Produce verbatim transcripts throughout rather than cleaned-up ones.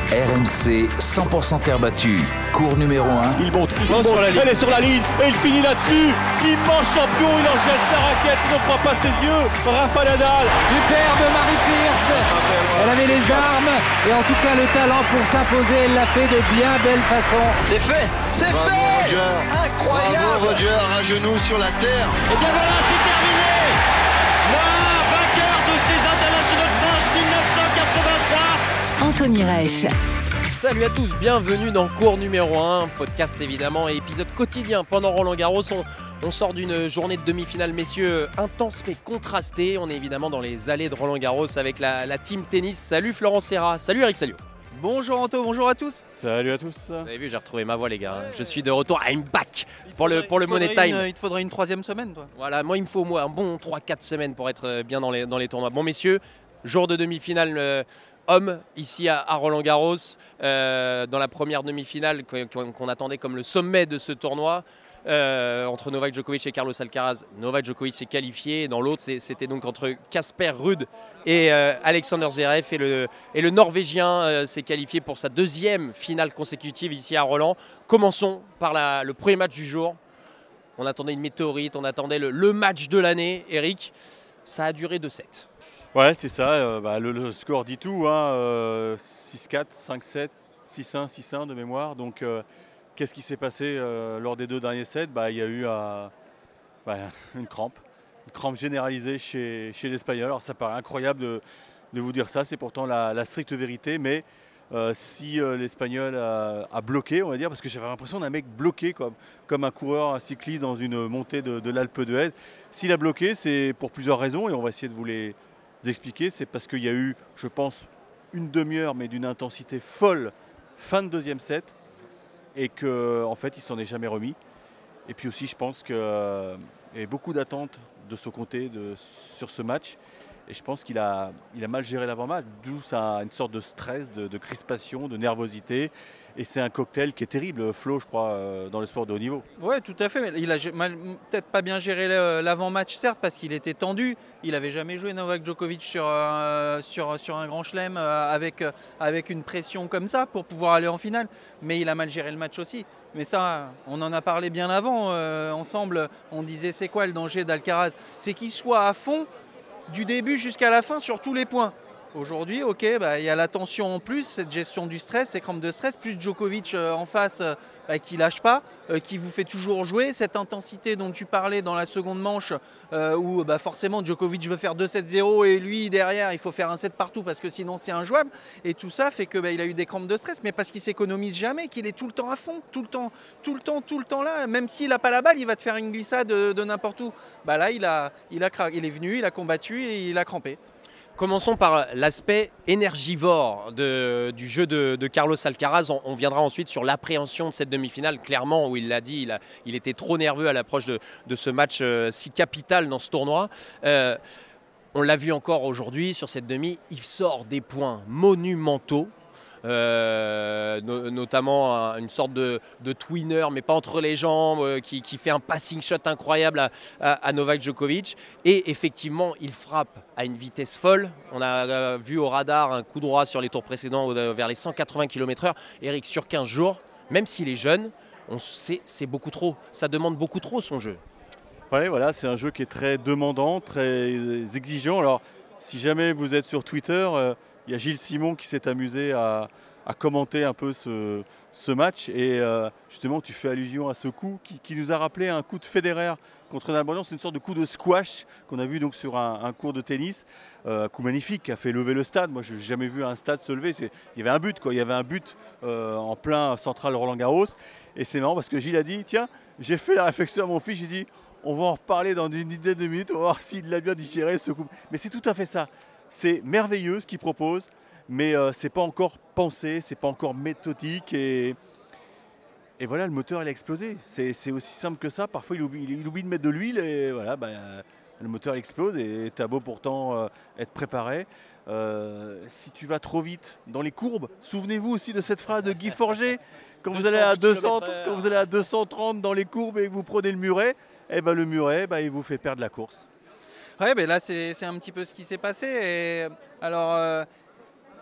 R M C cent pour cent terre battue, cours numéro un. Il monte, il monte, sur la ligne. Elle est sur la ligne et il finit là-dessus. Immense champion, il en jette sa raquette, il ne croit pas ses yeux. Rafa Nadal. Superbe Marie Pierce. Elle avait les armes et en tout cas le talent pour s'imposer. Elle l'a fait de bien belle façon. C'est fait, c'est Bravo fait. Roger. Incroyable. Bravo Roger, un genou sur la terre. Et bien voilà, c'est terminé. La vainqueur de ces internationaux de France dix-neuf cent quatre-vingt-trois. Anthony Reich. Salut à tous, bienvenue dans Cours numéro un, podcast évidemment et épisode quotidien pendant Roland Garros. On, on sort d'une journée de demi-finale, messieurs, intense mais contrastée. On est évidemment dans les allées de Roland Garros avec la, la team tennis. Salut Florent Serra, salut Eric Salio. Bonjour Anto, bonjour à tous. Salut à tous. Vous avez vu, j'ai retrouvé ma voix les gars. Je suis de retour, I'm back pour le, pour le Money Time. Une, il te faudrait une troisième semaine toi. Voilà, moi il me faut moi un bon trois quatre semaines pour être bien dans les, dans les tournois. Bon messieurs, jour de demi-finale euh, homme ici à, à Roland Garros, euh, dans la première demi-finale qu'on, qu'on attendait comme le sommet de ce tournoi. Euh, entre Novak Djokovic et Carlos Alcaraz. Novak Djokovic s'est qualifié, dans l'autre c'est, c'était donc entre Casper Ruud et euh, Alexander Zverev, et le, et le Norvégien euh, s'est qualifié pour sa deuxième finale consécutive ici à Roland. Commençons par la, le premier match du jour. On attendait une météorite, on attendait le, le match de l'année. Eric, ça a duré deux sept. Ouais, c'est ça, euh, bah, le, le score dit tout, hein, euh, six quatre, cinq sept, six un, six un de mémoire. Donc euh, qu'est-ce qui s'est passé euh, lors des deux derniers sets? Bah, il y a eu euh, bah, une crampe, une crampe généralisée chez, chez l'Espagnol. Alors ça paraît incroyable de, de vous dire ça, c'est pourtant la, la stricte vérité, mais euh, si euh, l'Espagnol a, a bloqué, on va dire, parce que j'avais l'impression d'un mec bloqué comme, comme un coureur, un cycliste dans une montée de, de l'Alpe d'Huez. S'il a bloqué, c'est pour plusieurs raisons et on va essayer de vous les expliquer. C'est parce qu'il y a eu, je pense, une demi-heure, mais d'une intensité folle, fin de deuxième set, et qu'en en fait, il s'en est jamais remis. Et puis aussi, je pense qu'il euh, y avait beaucoup d'attentes de son côté de, sur ce match. Et je pense qu'il a, il a mal géré l'avant-match, d'où ça a une sorte de stress, de, de crispation, de nervosité. Et c'est un cocktail qui est terrible, Flo, je crois, euh, dans le sport de haut niveau. Ouais, tout à fait. Il a mal, peut-être pas bien géré l'avant-match, certes, parce qu'il était tendu. Il n'avait jamais joué Novak Djokovic sur, euh, sur, sur un grand chelem euh, avec, euh, avec une pression comme ça pour pouvoir aller en finale. Mais il a mal géré le match aussi. Mais ça, on en a parlé bien avant. Euh, ensemble, on disait c'est quoi le danger d'Alcaraz? C'est qu'il soit à fond du début jusqu'à la fin sur tous les points. Aujourd'hui, ok, bah, y a la tension en plus, cette gestion du stress, ces crampes de stress, plus Djokovic euh, en face euh, bah, qui lâche pas, euh, qui vous fait toujours jouer. Cette intensité dont tu parlais dans la seconde manche, euh, où bah, forcément Djokovic veut faire deux sept zéro et lui derrière il faut faire un set partout parce que sinon c'est injouable. Et tout ça fait qu'il bah, a eu des crampes de stress, mais parce qu'il s'économise jamais, qu'il est tout le temps à fond, tout le temps, tout le temps, tout le temps là. Même s'il n'a pas la balle, il va te faire une glissade de, de n'importe où. Bah, là, il, a, il, a, il est venu, il a combattu et il a crampé. Commençons par l'aspect énergivore de, du jeu de, de Carlos Alcaraz. On, on viendra ensuite sur l'appréhension de cette demi-finale, clairement, où il l'a dit, il, a, il était trop nerveux à l'approche de, de ce match euh, si capital dans ce tournoi. Euh, on l'a vu encore aujourd'hui sur cette demi, il sort des points monumentaux. Euh, no, notamment un, une sorte de, de twinner mais pas entre les jambes, euh, qui, qui fait un passing shot incroyable à, à, à Novak Djokovic, et effectivement il frappe à une vitesse folle. On a euh, vu au radar un coup droit sur les tours précédents euh, vers les cent quatre-vingts kilomètres heure. Eric, sur quinze jours, même s'il est jeune, on sait, c'est beaucoup trop, ça demande beaucoup trop son jeu. Ouais, voilà, c'est un jeu qui est très demandant, très exigeant. Alors si jamais vous êtes sur Twitter, euh, il y a Gilles Simon qui s'est amusé à, à commenter un peu ce, ce match. Et euh, justement, tu fais allusion à ce coup qui, qui nous a rappelé un coup de Federer contre Nadal. C'est une sorte de coup de squash qu'on a vu donc sur un, un court de tennis. Euh, un coup magnifique qui a fait lever le stade. Moi, je n'ai jamais vu un stade se lever. C'est, il y avait un but, quoi. Il y avait un but euh, en plein central Roland Garros. Et c'est marrant parce que Gilles a dit, tiens, j'ai fait la réflexion à mon fils. J'ai dit, on va en reparler dans une dizaine de minutes. On va voir s'il l'a bien digéré, ce coup. Mais c'est tout à fait ça. C'est merveilleux ce qu'il propose, mais euh, ce n'est pas encore pensé, ce n'est pas encore méthodique. Et, et voilà, le moteur il a explosé. C'est, c'est aussi simple que ça. Parfois, il oublie, il oublie de mettre de l'huile et voilà, bah, le moteur il explose. Et tu as beau pourtant euh, être préparé. Euh, si tu vas trop vite dans les courbes, souvenez-vous aussi de cette phrase de Guy Forget. Quand vous, allez à deux cents, quand vous allez à deux cent trente dans les courbes et que vous prenez le muret, eh ben, le muret bah, il vous fait perdre la course. Ouais, ben là c'est, c'est un petit peu ce qui s'est passé. Et alors, euh,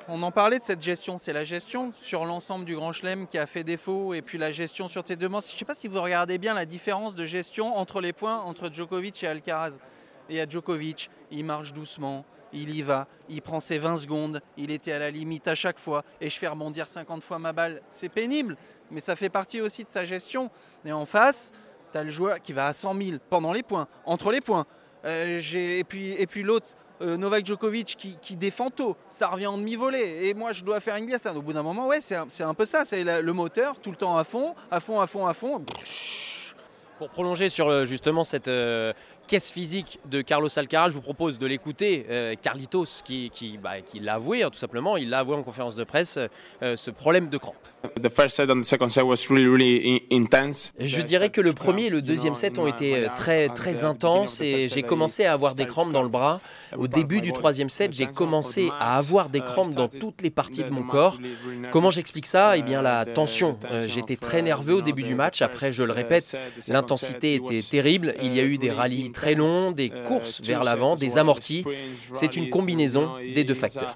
on en parlait de cette gestion. C'est la gestion sur l'ensemble du Grand Chelem qui a fait défaut. Et puis la gestion sur ces deux manches. Je ne sais pas si vous regardez bien la différence de gestion entre les points entre Djokovic et Alcaraz. Il y a Djokovic, il marche doucement, il y va, il prend ses vingt secondes, il était à la limite à chaque fois. Et je fais rebondir cinquante fois ma balle. C'est pénible, mais ça fait partie aussi de sa gestion. Et en face, tu as le joueur qui va à cent mille pendant les points, entre les points. Euh, j'ai, et puis, et puis l'autre, euh, Novak Djokovic qui, qui défend tôt, ça revient en demi-volée. Et moi, je dois faire une glace. Au bout d'un moment, ouais, c'est un, c'est un peu ça. C'est la, le moteur, tout le temps à fond, à fond, à fond, à fond. Pour prolonger sur justement cette euh, caisse physique de Carlos Alcaraz, je vous propose de l'écouter. Euh, Carlitos, qui, qui, bah, qui l'a avoué, hein, tout simplement, il l'a avoué en conférence de presse, euh, ce problème de crampe. The first set and the second set was really, really intense. Je dirais que le premier et le deuxième set ont été très, très intenses et j'ai commencé à avoir des crampes dans le bras. Au début du troisième set, j'ai commencé à avoir des crampes dans toutes les parties de mon corps. Comment j'explique ça ? Eh bien, la tension. Euh, j'étais très nerveux au début du match. Après, je le répète, l'intensité était terrible. Il y a eu des rallyes très longs, des courses vers l'avant, des amortis. C'est une combinaison des deux facteurs.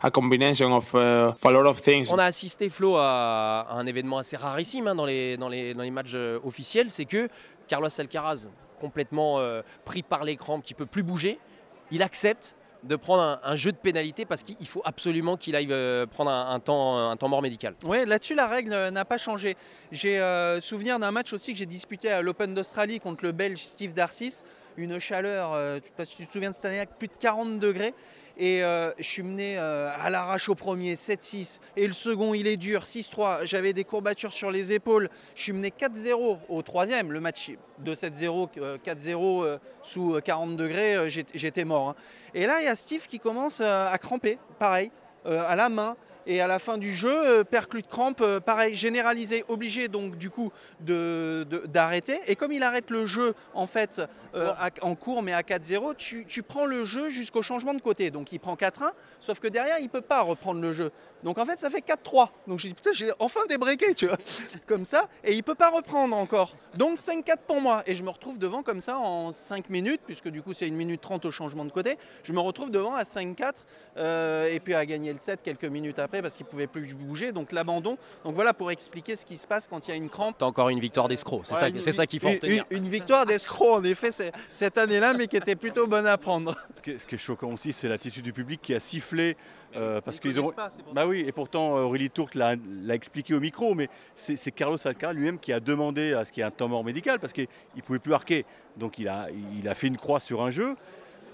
On a assisté, Flo, à un événement assez rarissime hein, dans, les, dans, les, dans les matchs euh, officiels, c'est que Carlos Alcaraz, complètement euh, pris par les crampes, qui ne peut plus bouger, il accepte de prendre un, un jeu de pénalité parce qu'il faut absolument qu'il aille euh, prendre un, un, temps, un temps mort médical. Oui, là-dessus, la règle euh, n'a pas changé. J'ai euh, souvenir d'un match aussi que j'ai disputé à l'Open d'Australie contre le Belge Steve Darcis. Une chaleur, euh, tu te souviens de cette année, plus de quarante degrés. Et euh, je suis mené euh, à l'arrache au premier, sept six. Et le second, il est dur, six trois. J'avais des courbatures sur les épaules. Je suis mené quatre zéro au troisième. Le match de sept zéro, quatre zéro euh, sous quarante degrés, euh, j'étais, j'étais mort. Hein. Et là, il y a Steve qui commence euh, à cramper, pareil, euh, à la main. Et à la fin du jeu, euh, perclus de crampe, euh, pareil, généralisé, obligé donc du coup de, de, d'arrêter. Et comme il arrête le jeu en fait euh, à, en cours mais à quatre zéro, tu, tu prends le jeu jusqu'au changement de côté. Donc il prend quatre un, sauf que derrière il ne peut pas reprendre le jeu. Donc en fait ça fait quatre trois. Donc je dis putain j'ai enfin débreaké, tu vois, comme ça. Et il ne peut pas reprendre encore. Donc cinq quatre pour moi. Et je me retrouve devant comme ça en cinq minutes, puisque du coup c'est une minute trente au changement de côté. Je me retrouve devant à cinq quatre euh, et puis à gagner le set quelques minutes après. Parce qu'il ne pouvait plus bouger, donc l'abandon. Donc voilà pour expliquer ce qui se passe quand il y a une crampe. T'as encore une victoire d'escroc, c'est, ouais, ça, une, c'est ça qu'il faut une, retenir. Une, une victoire d'escroc, en effet, c'est, cette année-là, mais qui était plutôt bonne à prendre. Ce qui est, ce qui est choquant aussi, c'est l'attitude du public qui a sifflé. Euh, parce qu'ils ont. Pas, bah oui, et pourtant Aurélie Tourte l'a, l'a expliqué au micro, mais c'est, c'est Carlos Alcaraz lui-même qui a demandé à ce qu'il y ait un temps mort médical parce qu'il ne pouvait plus arquer. Donc il a, il a fait une croix sur un jeu.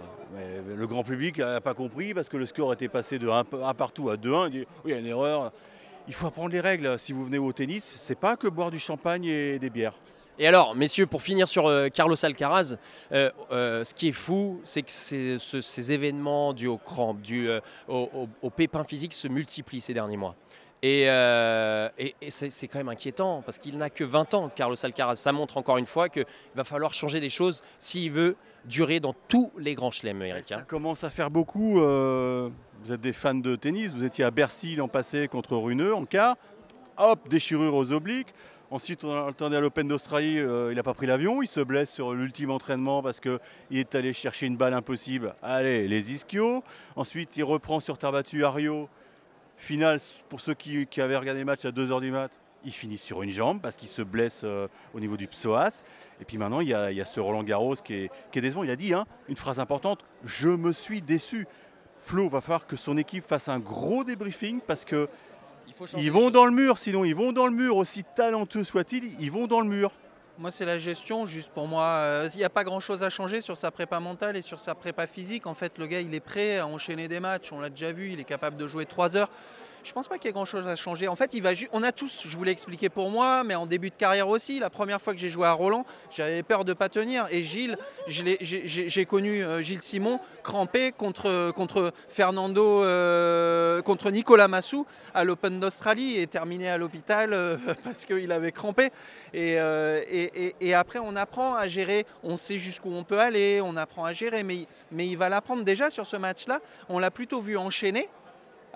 Mais le grand public n'a pas compris parce que le score était passé de un partout à deux un. Il dit oui, il y a une erreur. Il faut apprendre les règles. Si vous venez au tennis, c'est pas que boire du champagne et des bières. Et alors, messieurs, pour finir sur euh, Carlos Alcaraz, euh, euh, ce qui est fou, c'est que c'est, ce, ces événements dus aux crampes, dus euh, aux, aux, aux pépins physiques se multiplient ces derniers mois. Et, euh, et, et c'est, c'est quand même inquiétant parce qu'il n'a que vingt ans, Carlos Alcaraz. Ça montre encore une fois qu'il va falloir changer des choses s'il veut durer dans tous les grands chelems, Eric. Ça commence à faire beaucoup. Euh, vous êtes des fans de tennis, vous étiez à Bercy l'an passé contre Runeux en quart. Hop, déchirure aux obliques. Ensuite, on attendait à l'Open d'Australie, euh, il n'a pas pris l'avion, il se blesse sur l'ultime entraînement parce qu'il est allé chercher une balle impossible. Allez, les ischios. Ensuite, il reprend sur terre battue à Rio. Finale, pour ceux qui, qui avaient regardé le match à deux heures du mat, il finit sur une jambe parce qu'il se blesse euh, au niveau du psoas. Et puis maintenant, il y a, il y a ce Roland Garros qui est, qui est décevant. Il a dit hein, une phrase importante, « Je me suis déçu ». Flo, va falloir que son équipe fasse un gros débriefing parce que ils vont dans le mur, sinon ils vont dans le mur, aussi talentueux soit-il, ils vont dans le mur. Moi, c'est la gestion, juste pour moi. Il n'y a pas grand-chose à changer sur sa prépa mentale et sur sa prépa physique. En fait, le gars, il est prêt à enchaîner des matchs. On l'a déjà vu, il est capable de jouer trois heures. Je ne pense pas qu'il y ait grand-chose à changer. En fait, il va ju- on a tous, je vous l'ai expliqué pour moi, mais en début de carrière aussi. La première fois que j'ai joué à Roland, j'avais peur de ne pas tenir. Et Gilles, je l'ai, j'ai, j'ai, j'ai connu euh, Gilles Simon crampé contre, contre Fernando, euh, contre Nicolas Massou à l'Open d'Australie et terminé à l'hôpital euh, parce qu'il avait crampé. Et, euh, et, et, et après, on apprend à gérer. On sait jusqu'où on peut aller. On apprend à gérer. Mais, mais il va l'apprendre déjà sur ce match-là. On l'a plutôt vu enchaîner.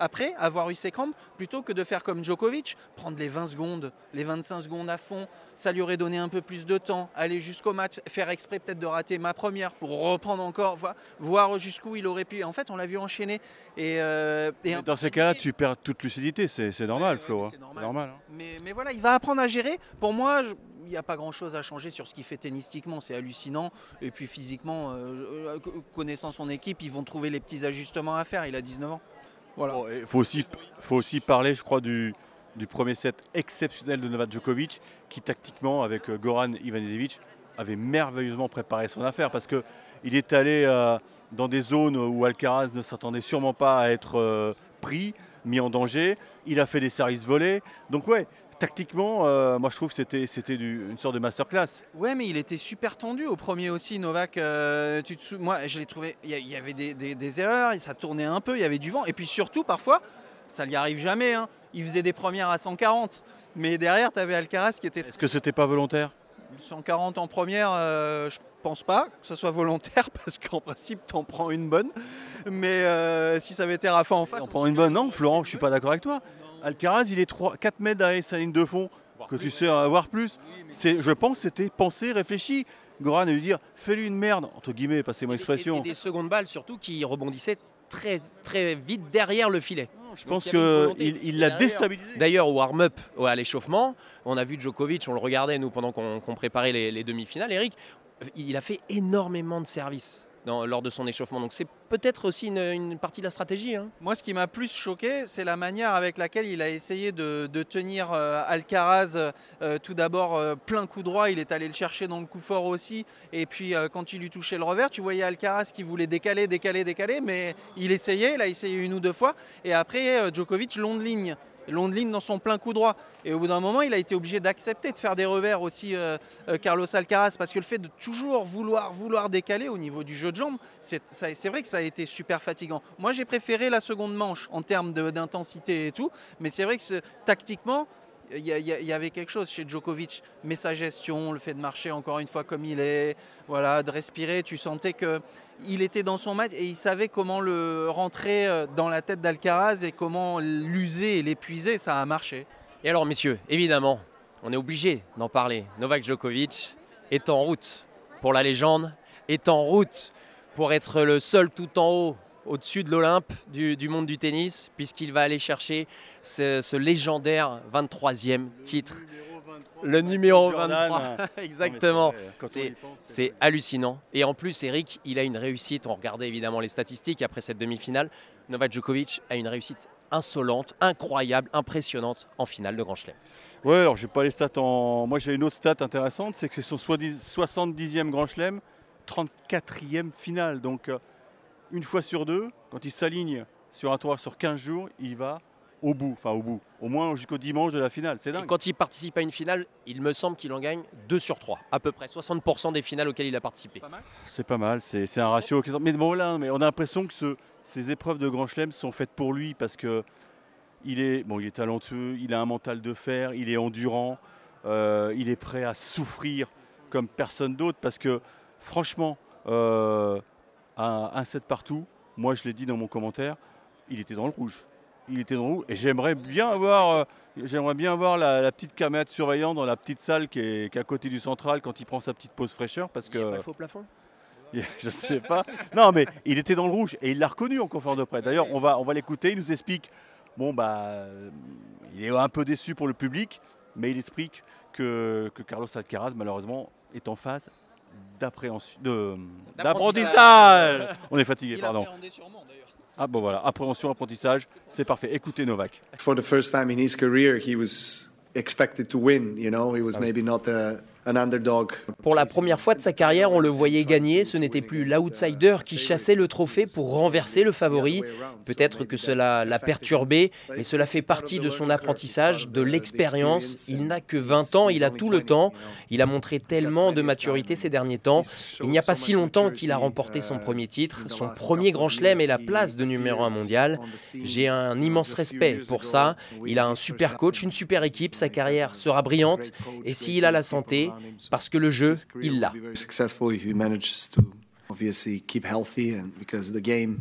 après avoir eu ses crampes, plutôt que de faire comme Djokovic, prendre les vingt secondes, les vingt-cinq secondes à fond. Ça lui aurait donné un peu plus de temps, aller jusqu'au match, faire exprès peut-être de rater ma première pour reprendre encore, voir, voir jusqu'où il aurait pu. En fait, on l'a vu enchaîner. Et, euh, et Dans ces cas-là, tu perds toute lucidité, c'est, c'est normal, ouais, Flo. ouais, hein. c'est normal. C'est normal, hein. Mais, mais voilà, il va apprendre à gérer. Pour moi, je, il n'y a pas grand-chose à changer sur ce qu'il fait tennistiquement, c'est hallucinant. Et puis physiquement, euh, connaissant son équipe, ils vont trouver les petits ajustements à faire. Il a dix-neuf ans. Voilà. Bon, il faut aussi, faut aussi parler, je crois, du, du premier set exceptionnel de Novak Djokovic, qui tactiquement, avec Goran Ivanisevic, avait merveilleusement préparé son affaire, parce qu'il est allé euh, dans des zones où Alcaraz ne s'attendait sûrement pas à être euh, pris, mis en danger. Il a fait des services volés. Donc ouais, tactiquement, euh, moi je trouve que c'était, c'était du, une sorte de masterclass. Ouais, mais il était super tendu au premier aussi, Novak. Euh, tu te sou... Moi, je l'ai trouvé. Il y, y avait des, des, des erreurs, ça tournait un peu, il y avait du vent. Et puis surtout, parfois, ça lui arrive jamais. Hein. Il faisait des premières à cent quarante. Mais derrière, tu avais Alcaraz qui était. Est-ce que c'était pas volontaire ? cent quarante en première, euh, je pense pas que ce soit volontaire, parce qu'en principe, tu en prends une bonne. Mais euh, si ça avait été Rafa en face. On prend une bonne, non, Florent, je suis pas d'accord avec toi. Alcaraz, il est trois, quatre mètres derrière sa ligne de fond, que tu sais avoir plus. C'est, je pense que c'était pensé, réfléchi. Goran a lui dire, fais-lui une merde, entre guillemets, passez-moi l'expression. Et, et des secondes balles surtout qui rebondissaient très, très vite derrière le filet. Je pense qu'il il l'a déstabilisé. D'ailleurs, au warm-up, à l'échauffement, on a vu Djokovic, on le regardait nous pendant qu'on, qu'on préparait les, les demi-finales. Eric, il a fait énormément de services dans, lors de son échauffement. Donc c'est peut-être aussi une, une partie de la stratégie. Hein. Moi, ce qui m'a plus choqué, c'est la manière avec laquelle il a essayé de, de tenir euh, Alcaraz. Euh, tout d'abord, euh, plein coup droit, il est allé le chercher dans le coup fort aussi. Et puis, euh, quand il lui touchait le revers, tu voyais Alcaraz qui voulait décaler, décaler, décaler. Mais il essayait, il a essayé une ou deux fois. Et après, euh, Djokovic, long de ligne. long de ligne dans son plein coup droit. Et au bout d'un moment, il a été obligé d'accepter de faire des revers aussi, euh, euh, Carlos Alcaraz, parce que le fait de toujours vouloir, vouloir décaler au niveau du jeu de jambes, c'est, ça, c'est vrai que ça a été super fatigant. Moi, j'ai préféré la seconde manche en termes de, d'intensité et tout, mais c'est vrai que ce, tactiquement, il y, y, y avait quelque chose chez Djokovic, mais sa gestion, le fait de marcher encore une fois comme il est, voilà, de respirer, tu sentais que il était dans son match et il savait comment le rentrer dans la tête d'Alcaraz et comment l'user et l'épuiser, ça a marché. Et alors messieurs, évidemment, on est obligé d'en parler. Novak Djokovic est en route pour la légende, est en route pour être le seul tout en haut, au-dessus de l'Olympe du, du monde du tennis, puisqu'il va aller chercher ce, ce légendaire vingt-troisième titre. Le numéro vingt-trois, exactement. C'est, c'est, pense, c'est, c'est hallucinant. Et en plus, Eric, il a une réussite. On regardait évidemment les statistiques après cette demi-finale. Novak Djokovic a une réussite insolente, incroyable, impressionnante en finale de Grand Chelem. Ouais, alors j'ai pas les stats en. Moi, j'ai une autre stat intéressante, c'est que c'est son soixante-dixième Grand Chelem, trente-quatrième finale. Donc, une fois sur deux, quand il s'aligne sur un tour sur quinze jours, il va au bout, enfin au bout, au moins jusqu'au dimanche de la finale, c'est dingue. Et quand il participe à une finale, il me semble qu'il en gagne deux sur trois, à peu près soixante pour cent des finales auxquelles il a participé. C'est pas mal, c'est, pas mal, c'est, c'est un ratio. Mais bon là, mais on a l'impression que ce, ces épreuves de Grand Chelem sont faites pour lui parce que il est, bon, il est talentueux, il a un mental de fer, il est endurant, euh, il est prêt à souffrir comme personne d'autre parce que franchement, euh, à un set partout, moi je l'ai dit dans mon commentaire, il était dans le rouge. Il était dans le rouge et j'aimerais bien avoir, euh, j'aimerais bien avoir la, la petite caméra de surveillance dans la petite salle qui est, qui est à côté du central quand il prend sa petite pause fraîcheur parce que. Il n'y a pas le faux plafond ? Je ne sais pas. Non mais il était dans le rouge et il l'a reconnu en conférence de presse. D'ailleurs on va, on va l'écouter, il nous explique, bon bah, il est un peu déçu pour le public, mais il explique que, que Carlos Alcaraz malheureusement est en phase d'appréhension, de, d'apprentissage. d'apprentissage. On est fatigué, il pardon. Sûrement, d'ailleurs. Ah bon voilà, appréhension, apprentissage, c'est parfait. Écoutez Novak. For the first time in his career, he was expected to win, you know, he was maybe not a, an underdog. Pour la première fois de sa carrière, on le voyait gagner, ce n'était plus l'outsider qui chassait le trophée pour renverser le favori. Peut-être que cela l'a perturbé, mais cela fait partie de son apprentissage, de l'expérience. Il n'a que vingt ans, il a tout le temps. Il a montré tellement de maturité ces derniers temps. Il n'y a pas si longtemps qu'il a remporté son premier titre, son premier Grand Chelem et la place de numéro un mondial. J'ai un immense respect pour ça. Il a un super coach, une super équipe, sa carrière sera brillante. Et s'il a la santé, parce que le jeu, il l'a.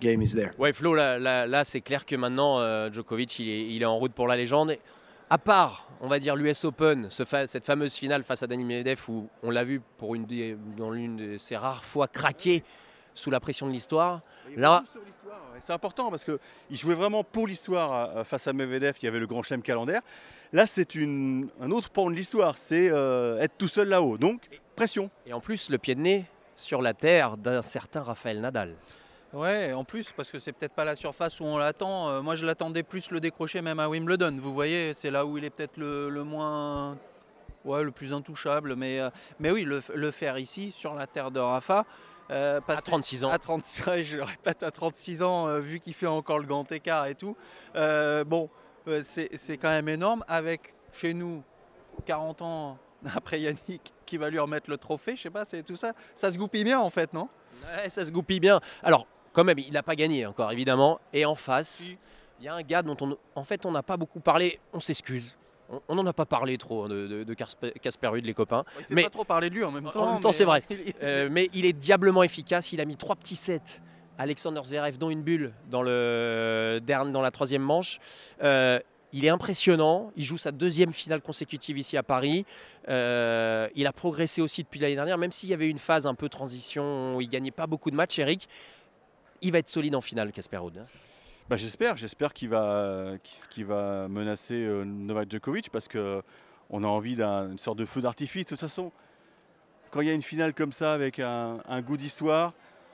game is there. Ouais, Flo, là, là, là c'est clair que maintenant, euh, Djokovic, il est, il est en route pour la légende. Et à part, on va dire, l'U S Open, ce fa- cette fameuse finale face à Dani Medvedev, où on l'a vu pour une des, dans l'une de ses rares fois craquer sous la pression de l'histoire. Là, c'est important parce qu'il jouait vraiment pour l'histoire face à Medvedev. Il y avait le grand chelem calendaire. Là, c'est une, un autre pan de l'histoire. C'est euh, être tout seul là-haut. Donc, pression. Et en plus, le pied de nez sur la terre d'un certain Rafael Nadal. Ouais, en plus, parce que c'est peut-être pas la surface où on l'attend. Euh, moi, je l'attendais plus le décrocher même à Wimbledon. Vous voyez, c'est là où il est peut-être le, le moins... Ouais, le plus intouchable. Mais, euh, mais oui, le, le faire ici, sur la terre de Rafa... Euh, à trente-six ans. À trente-six ans, je le répète, à trente-six ans, euh, vu qu'il fait encore le grand écart et tout. Euh, bon, euh, c'est, c'est quand même énorme. Avec, chez nous, quarante ans après Yannick, qui va lui remettre le trophée, je sais pas, c'est tout ça. Ça se goupille bien, en fait, non ? Ouais, ça se goupille bien. Alors, quand même, il n'a pas gagné encore, évidemment. Et en face, il oui. y a un gars dont on, en fait, on n'a pas beaucoup parlé. On s'excuse. On n'en a pas parlé trop de, de, de Casper Ruud, les copains. Il ne fait mais, pas trop parler de lui en même temps. En même temps, c'est vrai. Il... euh, mais il est diablement efficace. Il a mis trois petits sets. Alexander Zverev, dont une bulle dans, le, dans la troisième manche. Euh, il est impressionnant. Il joue sa deuxième finale consécutive ici à Paris. Euh, il a progressé aussi depuis l'année dernière, même s'il y avait une phase un peu transition où il ne gagnait pas beaucoup de matchs, Eric. Il va être solide en finale, Casper Ruud. Bah j'espère, j'espère qu'il va, qu'il va menacer euh, Novak Djokovic parce qu'on a envie d'une sorte de feu d'artifice. De toute façon, quand il y a une finale comme ça avec un, un goût d'histoire,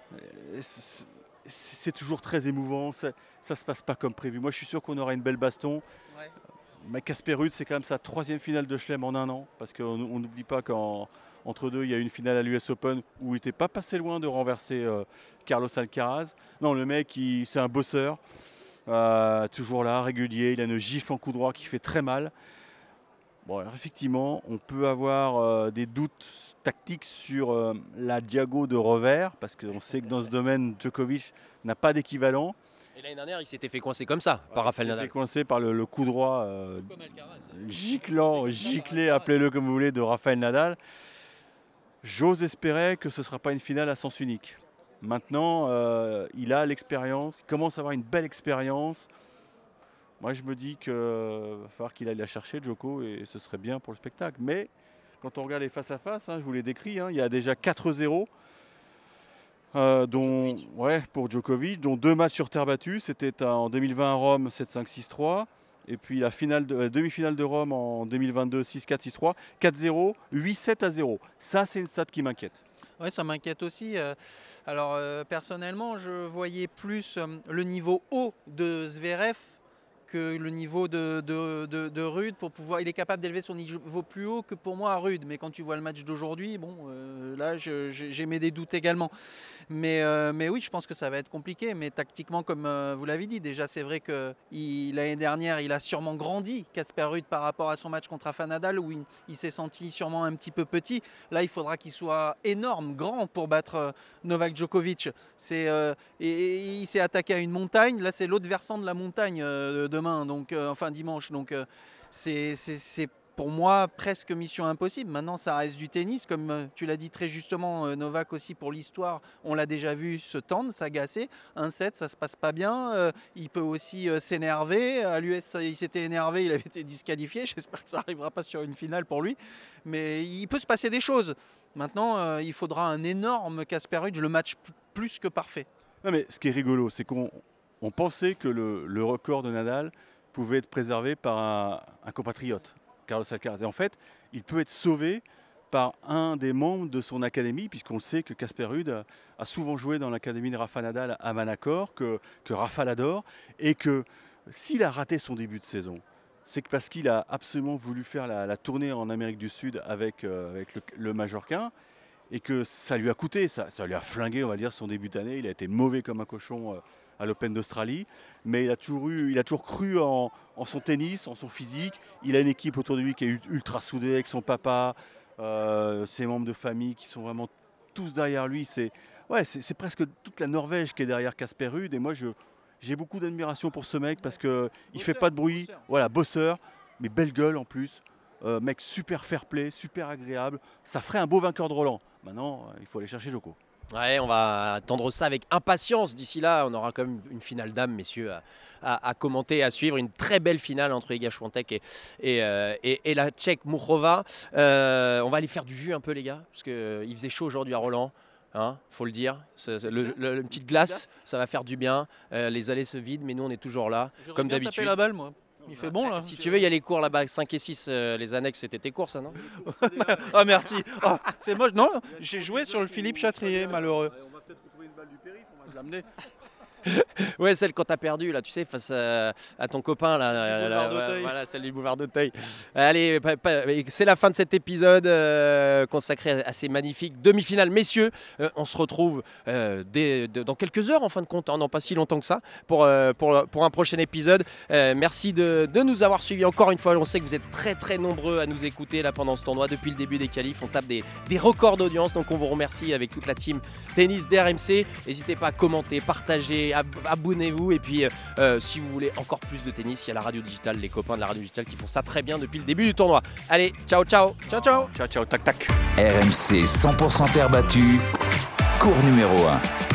c'est, c'est toujours très émouvant. Ça ne se passe pas comme prévu. Moi, je suis sûr qu'on aura une belle baston. Ouais. Mais Casper Ruud, c'est quand même sa troisième finale de chelem en un an parce qu'on n'oublie pas qu'entre deux, il y a eu une finale à l'U S Open où il n'était pas passé loin de renverser euh, Carlos Alcaraz. Non, le mec, il, c'est un bosseur. Euh, toujours là, régulier, il a une gifle en coup droit qui fait très mal. Bon, alors effectivement, on peut avoir euh, des doutes tactiques sur euh, la Diago de revers, parce qu'on sait que dans ce domaine, Djokovic n'a pas d'équivalent. Et l'année dernière, il s'était fait coincer comme ça par ouais, Rafael Nadal. Il s'était fait coincer par le, le coup droit euh, giclant, giclé, appelez-le comme vous voulez, de Rafael Nadal. J'ose espérer que ce ne sera pas une finale à sens unique. Maintenant, euh, il a l'expérience, il commence à avoir une belle expérience. Moi, je me dis qu'il va falloir qu'il aille la chercher, Djoko, et ce serait bien pour le spectacle. Mais quand on regarde les face-à-face, hein, je vous l'ai décrit, hein, il y a déjà quatre zéro euh, dont, ouais, pour Djokovic, dont deux matchs sur terre battue. C'était en deux mille vingt à Rome, sept cinq six trois. Et puis la, finale de, la demi-finale de Rome en deux mille vingt-deux, six quatre six trois. quatre zéro, huit sept à zéro. Ça, c'est une stat qui m'inquiète. Oui, ça m'inquiète aussi. Alors, euh, personnellement, je voyais plus euh, le niveau haut de Zverev que le niveau de, de, de, de Ruud pour pouvoir. Il est capable d'élever son niveau plus haut que pour moi à Ruud. Mais quand tu vois le match d'aujourd'hui, bon, euh, là, je, je, j'ai mes des doutes également. Mais, euh, mais oui, je pense que ça va être compliqué. Mais tactiquement, comme euh, vous l'avez dit, déjà, c'est vrai que il, l'année dernière, il a sûrement grandi, Casper Ruud, par rapport à son match contre Rafa Nadal, où il, il s'est senti sûrement un petit peu petit. Là, il faudra qu'il soit énorme, grand pour battre euh, Novak Djokovic. C'est, euh, et, et il s'est attaqué à une montagne. Là, c'est l'autre versant de la montagne euh, demain, donc, euh, enfin dimanche. Donc, euh, c'est, c'est, c'est pour moi presque mission impossible. Maintenant, ça reste du tennis, comme euh, tu l'as dit très justement, euh, Novak aussi pour l'histoire, on l'a déjà vu se tendre, s'agacer. Un set, ça se passe pas bien. Euh, il peut aussi euh, s'énerver. À l'U S, il s'était énervé, il avait été disqualifié. J'espère que ça n'arrivera pas sur une finale pour lui. Mais il peut se passer des choses. Maintenant, euh, il faudra un énorme Casper Ruud, le match p- plus que parfait. Non, mais ce qui est rigolo, c'est qu'on on pensait que le, le record de Nadal pouvait être préservé par un, un compatriote, Carlos Alcaraz. Et en fait, il peut être sauvé par un des membres de son académie, puisqu'on le sait que Casper Ruud a, a souvent joué dans l'académie de Rafa Nadal à Manacor, que, que Rafa l'adore, et que s'il a raté son début de saison, c'est que parce qu'il a absolument voulu faire la, la tournée en Amérique du Sud avec, euh, avec le, le Majorquin, et que ça lui a coûté, ça, ça lui a flingué, on va dire, son début d'année. Il a été mauvais comme un cochon euh, à l'Open d'Australie, mais il a toujours, eu, il a toujours cru en, en son tennis, en son physique. Il a une équipe autour de lui qui est ultra soudée avec son papa, euh, ses membres de famille qui sont vraiment tous derrière lui. C'est, ouais, c'est, c'est presque toute la Norvège qui est derrière Casper Ruud, et moi je, j'ai beaucoup d'admiration pour ce mec parce qu'il ne fait pas de bruit, bosseur. Voilà, bosseur, mais belle gueule en plus. Euh, mec super fair play, super agréable. Ça ferait un beau vainqueur de Roland. Maintenant, il faut aller chercher Djoko. Ouais, on va attendre ça avec impatience. D'ici là, on aura quand même une finale d'âme, messieurs, à, à, à commenter, à suivre. Une très belle finale entre Iga Świątek et, et, euh, et, et la Tchèque Muchova. Euh, on va aller faire du jus un peu, les gars, parce qu'il faisait chaud aujourd'hui à Roland. Hein, faut le dire, c'est, c'est le, le, une petite glace, ça va faire du bien. Euh, les allées se vident, mais nous on est toujours là, J'aurais comme bien d'habitude. tapé la balle, moi. Il fait bon là. Si tu veux, il y a les cours là-bas, cinq et six, euh, les annexes, c'était tes cours, ça, non? Ah merci. Oh, c'est moche. Non, j'ai joué sur le Philippe Chatrier, malheureux. On va peut-être retrouver une balle du périph', on va l'amener. Ouais, celle quand t'as perdu, là, tu sais, face à, à ton copain, là, Du là, boulevard là, d'Auteuil. voilà, celle du boulevard d'Auteuil. Allez, pa- pa- c'est la fin de cet épisode euh, consacré à ces magnifiques demi-finales. Messieurs, euh, on se retrouve euh, dès, de- dans quelques heures, en fin de compte, hein, non pas si longtemps que ça, pour, euh, pour, pour un prochain épisode. Euh, merci de, de nous avoir suivis encore une fois. On sait que vous êtes très très nombreux à nous écouter là pendant ce tournoi. Depuis le début des qualifs, on tape des, des records d'audience, donc on vous remercie avec toute la team tennis d'R M C. N'hésitez pas à commenter, partager, ab- abonnez-vous, et puis euh, si vous voulez encore plus de tennis, il y a la radio digitale, les copains de la radio digitale qui font ça très bien depuis le début du tournoi. Allez, ciao ciao. Ciao ciao. Ciao, ciao, tac, tac. R M C cent pour cent terre battue, cours numéro un.